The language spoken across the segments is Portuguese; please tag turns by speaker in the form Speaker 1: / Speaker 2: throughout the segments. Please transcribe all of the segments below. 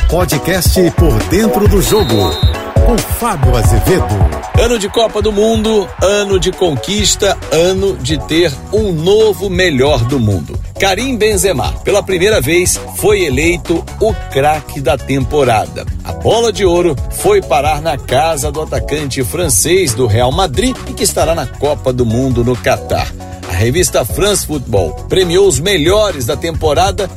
Speaker 1: podcast Por Dentro do Jogo, com Fábio Azevedo.
Speaker 2: Ano de Copa do Mundo, ano de conquista, ano de ter um novo melhor do mundo. Karim Benzema, pela primeira vez, foi eleito o craque da temporada. A bola de ouro foi parar na casa do atacante francês do Real Madrid e que estará na Copa do Mundo no Catar. A revista France Football premiou os melhores da temporada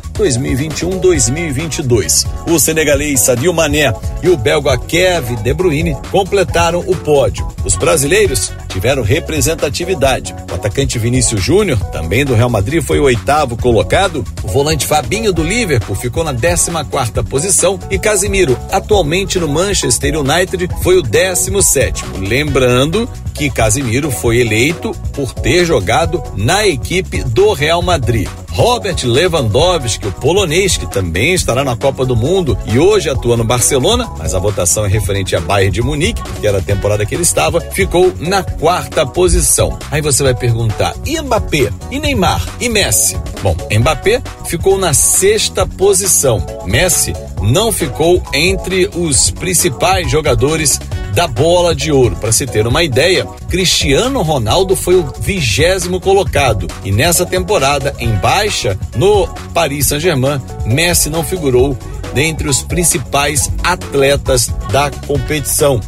Speaker 2: 2021-2022. O senegalês Sadio Mané e o belga Kevin De Bruyne completaram o pódio. Os brasileiros tiveram representatividade. O atacante Vinícius Júnior, também do Real Madrid, foi o 8º colocado. O volante Fabinho do Liverpool ficou na 14ª posição e Casemiro, atualmente no Manchester United, foi o 17º. Lembrando que Casemiro foi eleito por ter jogado na equipe do Real Madrid. Robert Lewandowski, o polonês, que também estará na Copa do Mundo e hoje atua no Barcelona, mas a votação é referente a Bayern de Munique, que era a temporada que ele estava, ficou na 4ª posição. Aí você vai perguntar, e Mbappé? E Neymar? E Messi? Bom, Mbappé ficou na 6ª posição. Messi não ficou entre os principais jogadores da bola de ouro. Para se ter uma ideia, Cristiano Ronaldo foi o 20º colocado e nessa temporada, em baixa, no Paris Saint-Germain, Messi não figurou dentre os principais atletas da competição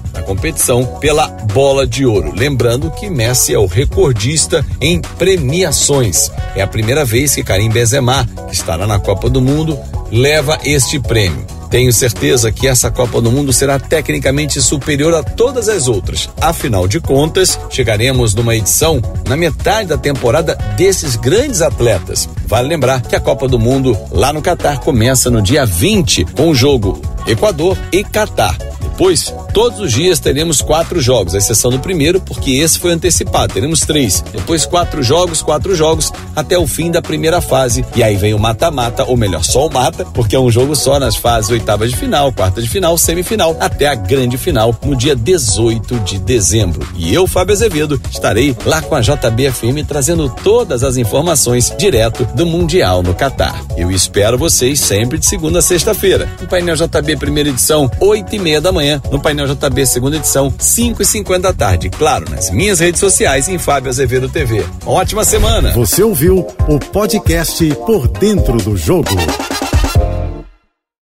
Speaker 2: pela bola de ouro. Lembrando que Messi é o recordista em premiações. É a primeira vez que Karim Benzema, que estará na Copa do Mundo, leva este prêmio. Tenho certeza que essa Copa do Mundo será tecnicamente superior a todas as outras. Afinal de contas, chegaremos numa edição na metade da temporada desses grandes atletas. Vale lembrar que a Copa do Mundo lá no Catar começa no dia 20 com o jogo Equador e Catar. Depois, todos os dias teremos 4 jogos, à exceção do primeiro, porque esse foi antecipado, teremos 3. Depois 4 jogos, até o fim da primeira fase. E aí vem o mata-mata, ou melhor, só o mata, porque é um jogo só nas fases oitavas de final, quartas de final, semifinal, até a grande final, no dia 18 de dezembro. E eu, Fábio Azevedo, estarei lá com a JBFM trazendo todas as informações direto do Mundial no Catar. Eu espero vocês sempre de segunda a sexta-feira. No Painel JB, primeira edição, 8h30 da manhã. No Painel JB, segunda edição, 5h50 da tarde. Claro, nas minhas redes sociais, em Fábio Azevedo TV. Uma ótima semana.
Speaker 1: Você ouviu o podcast Por Dentro do Jogo.